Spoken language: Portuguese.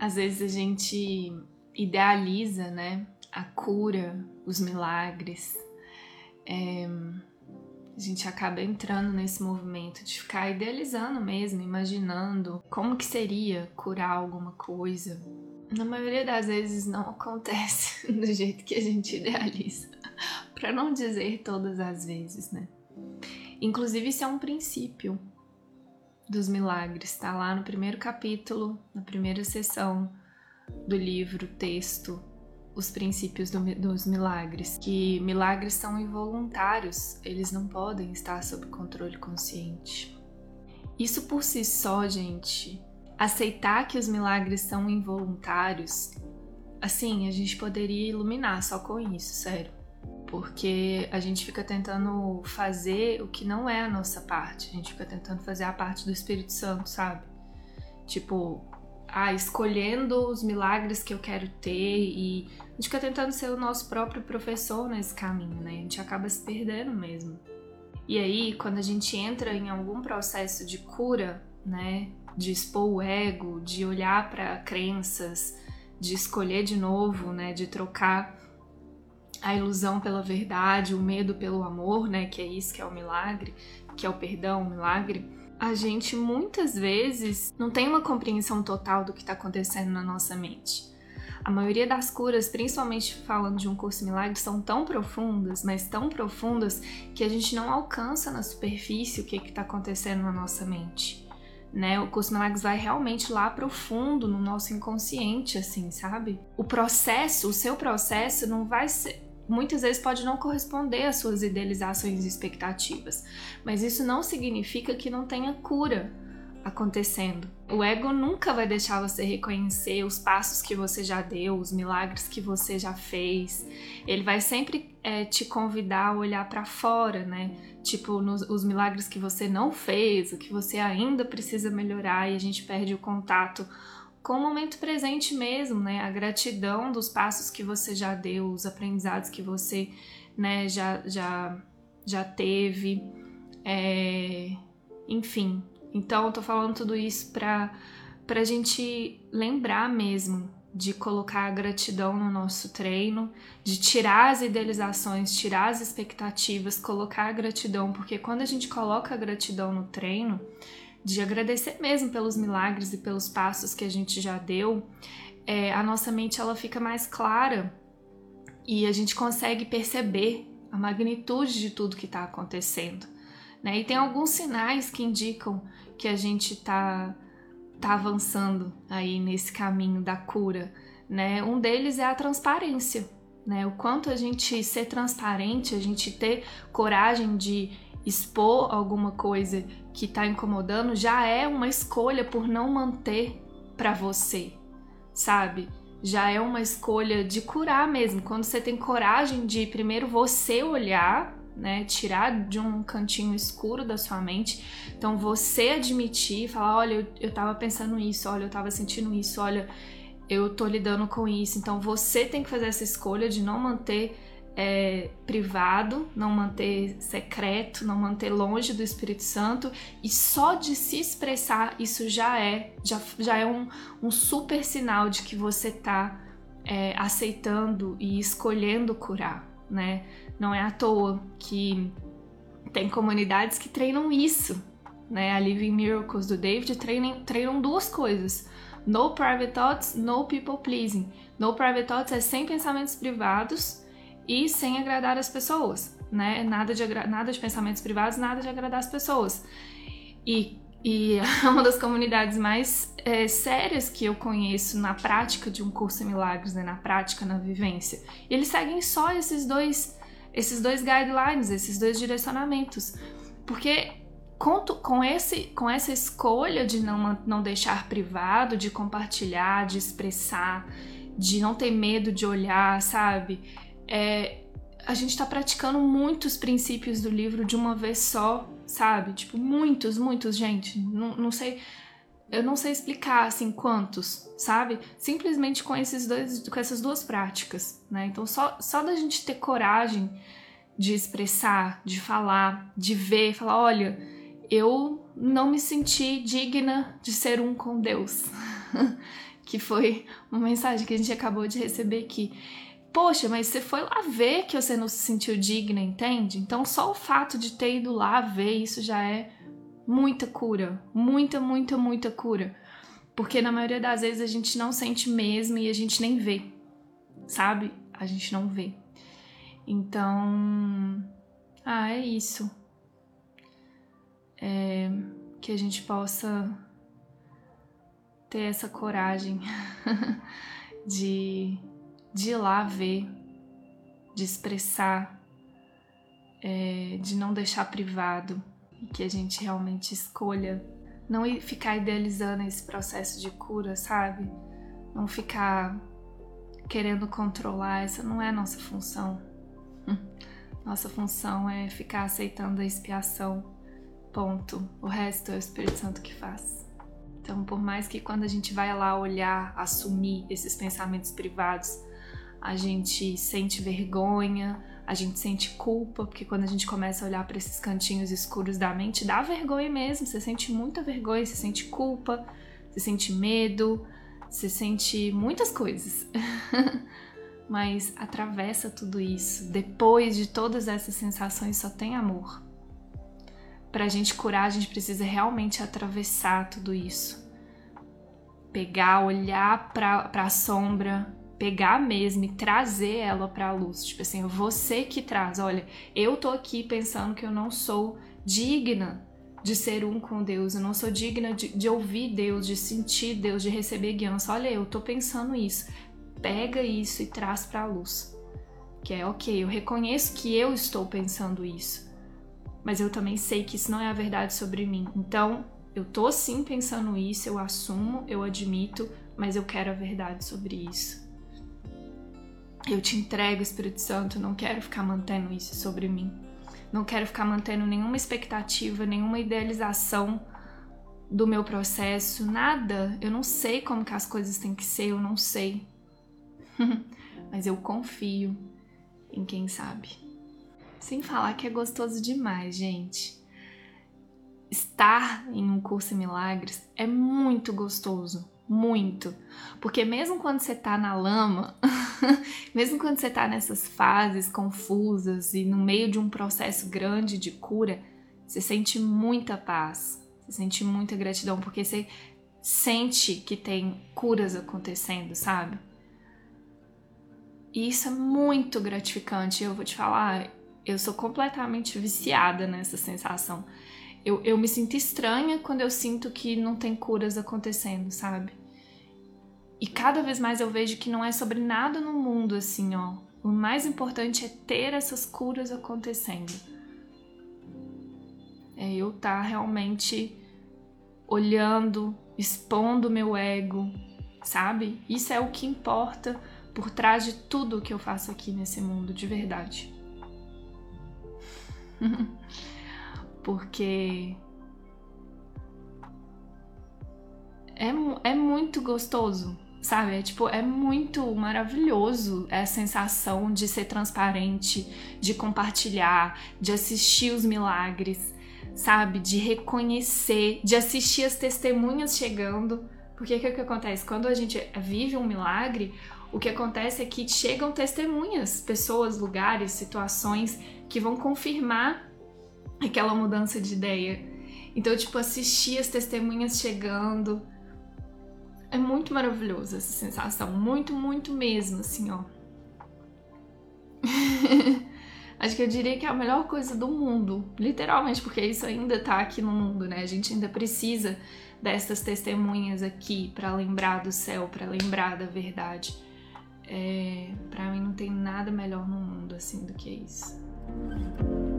Às vezes a gente idealiza, né, a cura, os milagres. A gente acaba entrando nesse movimento de ficar idealizando mesmo, imaginando como que seria curar alguma coisa. Na maioria das vezes não acontece do jeito que a gente idealiza, para não dizer todas as vezes, né? Inclusive isso é um princípio dos milagres, tá lá no primeiro capítulo, na primeira sessão do livro, texto, os princípios dos milagres, que milagres são involuntários, eles não podem estar sob controle consciente. Isso por si só, gente, aceitar que os milagres são involuntários, assim, a gente poderia iluminar só com isso, sério. Porque a gente fica tentando fazer o que não é a nossa parte, a gente fica tentando fazer a parte do Espírito Santo, sabe? Tipo, escolhendo os milagres que eu quero ter, e a gente fica tentando ser o nosso próprio professor nesse caminho, né? A gente acaba se perdendo mesmo. E aí, quando a gente entra em algum processo de cura, né? De expor o ego, de olhar para crenças, de escolher de novo, né? De trocar a ilusão pela verdade, o medo pelo amor, né? Que é isso que é o milagre, que é o perdão, o milagre. A gente muitas vezes não tem uma compreensão total do que está acontecendo na nossa mente. A maioria das curas, principalmente falando de um curso milagre, são tão profundas, mas tão profundas, que a gente não alcança na superfície o que está acontecendo na nossa mente, né? O curso milagres vai realmente lá profundo no nosso inconsciente, assim, sabe? O seu processo não vai ser... Muitas vezes pode não corresponder às suas idealizações e expectativas, mas isso não significa que não tenha cura acontecendo. O ego nunca vai deixar você reconhecer os passos que você já deu, os milagres que você já fez. Ele vai sempre te convidar a olhar para fora, né? Tipo, os milagres que você não fez, o que você ainda precisa melhorar, e a gente perde o contato com o momento presente mesmo, né? A gratidão dos passos que você já deu, os aprendizados que você, né, já teve, enfim. Então, eu tô falando tudo isso pra gente lembrar mesmo de colocar a gratidão no nosso treino, de tirar as idealizações, tirar as expectativas, colocar a gratidão, porque quando a gente coloca a gratidão no treino, de agradecer mesmo pelos milagres e pelos passos que a gente já deu, a nossa mente ela fica mais clara e a gente consegue perceber a magnitude de tudo que está acontecendo, né? E tem alguns sinais que indicam que a gente tá avançando aí nesse caminho da cura, né? Um deles é a transparência, né? O quanto a gente ser transparente, a gente ter coragem de expor alguma coisa que tá incomodando, já é uma escolha por não manter pra você, sabe? Já é uma escolha de curar mesmo. Quando você tem coragem de primeiro você olhar, né, tirar de um cantinho escuro da sua mente, então você admitir, falar, olha, eu tava pensando isso, olha, eu tava sentindo isso, olha, eu tô lidando com isso. Então você tem que fazer essa escolha de não manter privado, não manter secreto, não manter longe do Espírito Santo, e só de se expressar, isso já é um super sinal de que você tá aceitando e escolhendo curar, né? Não é à toa que tem comunidades que treinam isso, né? A Living Miracles do David treinam duas coisas: no private thoughts, no people pleasing. No private thoughts é sem pensamentos privados e sem agradar as pessoas, né? Nada de pensamentos privados, nada de agradar as pessoas. E é uma das comunidades mais sérias que eu conheço na prática de um curso em milagres, né? Na prática, na vivência. E eles seguem só esses dois guidelines, esses dois direcionamentos. Porque com essa escolha de não deixar privado, de compartilhar, de expressar, de não ter medo de olhar, sabe? A gente tá praticando muitos princípios do livro de uma vez só, sabe? Tipo, muitos, gente. Não sei, eu não sei explicar, assim, quantos, sabe? Simplesmente com essas duas práticas, né? Então, só da gente ter coragem de expressar, de falar, de ver, falar, olha, eu não me senti digna de ser um com Deus. que foi uma mensagem que a gente acabou de receber aqui. Poxa, mas você foi lá ver que você não se sentiu digna, entende? Então só o fato de ter ido lá ver, isso já é muita cura. Muita, muita, muita cura. Porque na maioria das vezes a gente não sente mesmo e a gente nem vê, sabe? A gente não vê. Então, é isso. Que a gente possa ter essa coragem de ir lá ver, de expressar, de não deixar privado, e que a gente realmente escolha não ficar idealizando esse processo de cura, sabe? Não ficar querendo controlar, essa não é a nossa função. Nossa função é ficar aceitando a expiação, ponto. O resto é o Espírito Santo que faz. Então, por mais que quando a gente vai lá olhar, assumir esses pensamentos privados, a gente sente vergonha, a gente sente culpa, porque quando a gente começa a olhar para esses cantinhos escuros da mente, dá vergonha mesmo, você sente muita vergonha, você sente culpa, você sente medo, você sente muitas coisas. Mas atravessa tudo isso, depois de todas essas sensações só tem amor. Pra gente curar, a gente precisa realmente atravessar tudo isso. Pegar, olhar pra sombra, pegar mesmo e trazer ela pra luz. Tipo assim, você que traz. Olha, eu tô aqui pensando que eu não sou digna de ser um com Deus. Eu não sou digna de ouvir Deus, de sentir Deus, de receber guiança. Olha, eu tô pensando isso. Pega isso e traz pra luz. Que é ok, eu reconheço que eu estou pensando isso. Mas eu também sei que isso não é a verdade sobre mim. Então, eu tô sim pensando isso, eu assumo, eu admito, mas eu quero a verdade sobre isso. Eu te entrego, Espírito Santo, não quero ficar mantendo isso sobre mim. Não quero ficar mantendo nenhuma expectativa, nenhuma idealização do meu processo, nada. Eu não sei como que as coisas têm que ser, eu não sei. Mas eu confio em quem sabe. Sem falar que é gostoso demais, gente. Estar em um curso em milagres é muito gostoso, muito. Porque mesmo quando você tá na lama, mesmo quando você tá nessas fases confusas e no meio de um processo grande de cura, você sente muita paz, você sente muita gratidão, porque você sente que tem curas acontecendo, sabe? E isso é muito gratificante. Eu vou te falar, eu sou completamente viciada nessa sensação. Eu me sinto estranha quando eu sinto que não tem curas acontecendo, sabe? E cada vez mais eu vejo que não é sobre nada no mundo, assim, ó. O mais importante é ter essas curas acontecendo. É eu estar realmente olhando, expondo meu ego, sabe? Isso é o que importa por trás de tudo que eu faço aqui nesse mundo, de verdade. Porque é muito gostoso, sabe? É muito maravilhoso a sensação de ser transparente, de compartilhar, de assistir os milagres, sabe? De reconhecer, de assistir as testemunhas chegando. Porque o que acontece? Quando a gente vive um milagre, o que acontece é que chegam testemunhas, pessoas, lugares, situações que vão confirmar aquela mudança de ideia. Então, assistir as testemunhas chegando é muito maravilhoso essa sensação, muito, muito mesmo, assim, ó. Acho que eu diria que é a melhor coisa do mundo, literalmente, porque isso ainda tá aqui no mundo, né? A gente ainda precisa dessas testemunhas aqui pra lembrar do céu, pra lembrar da verdade. Pra mim não tem nada melhor no mundo, assim, do que isso.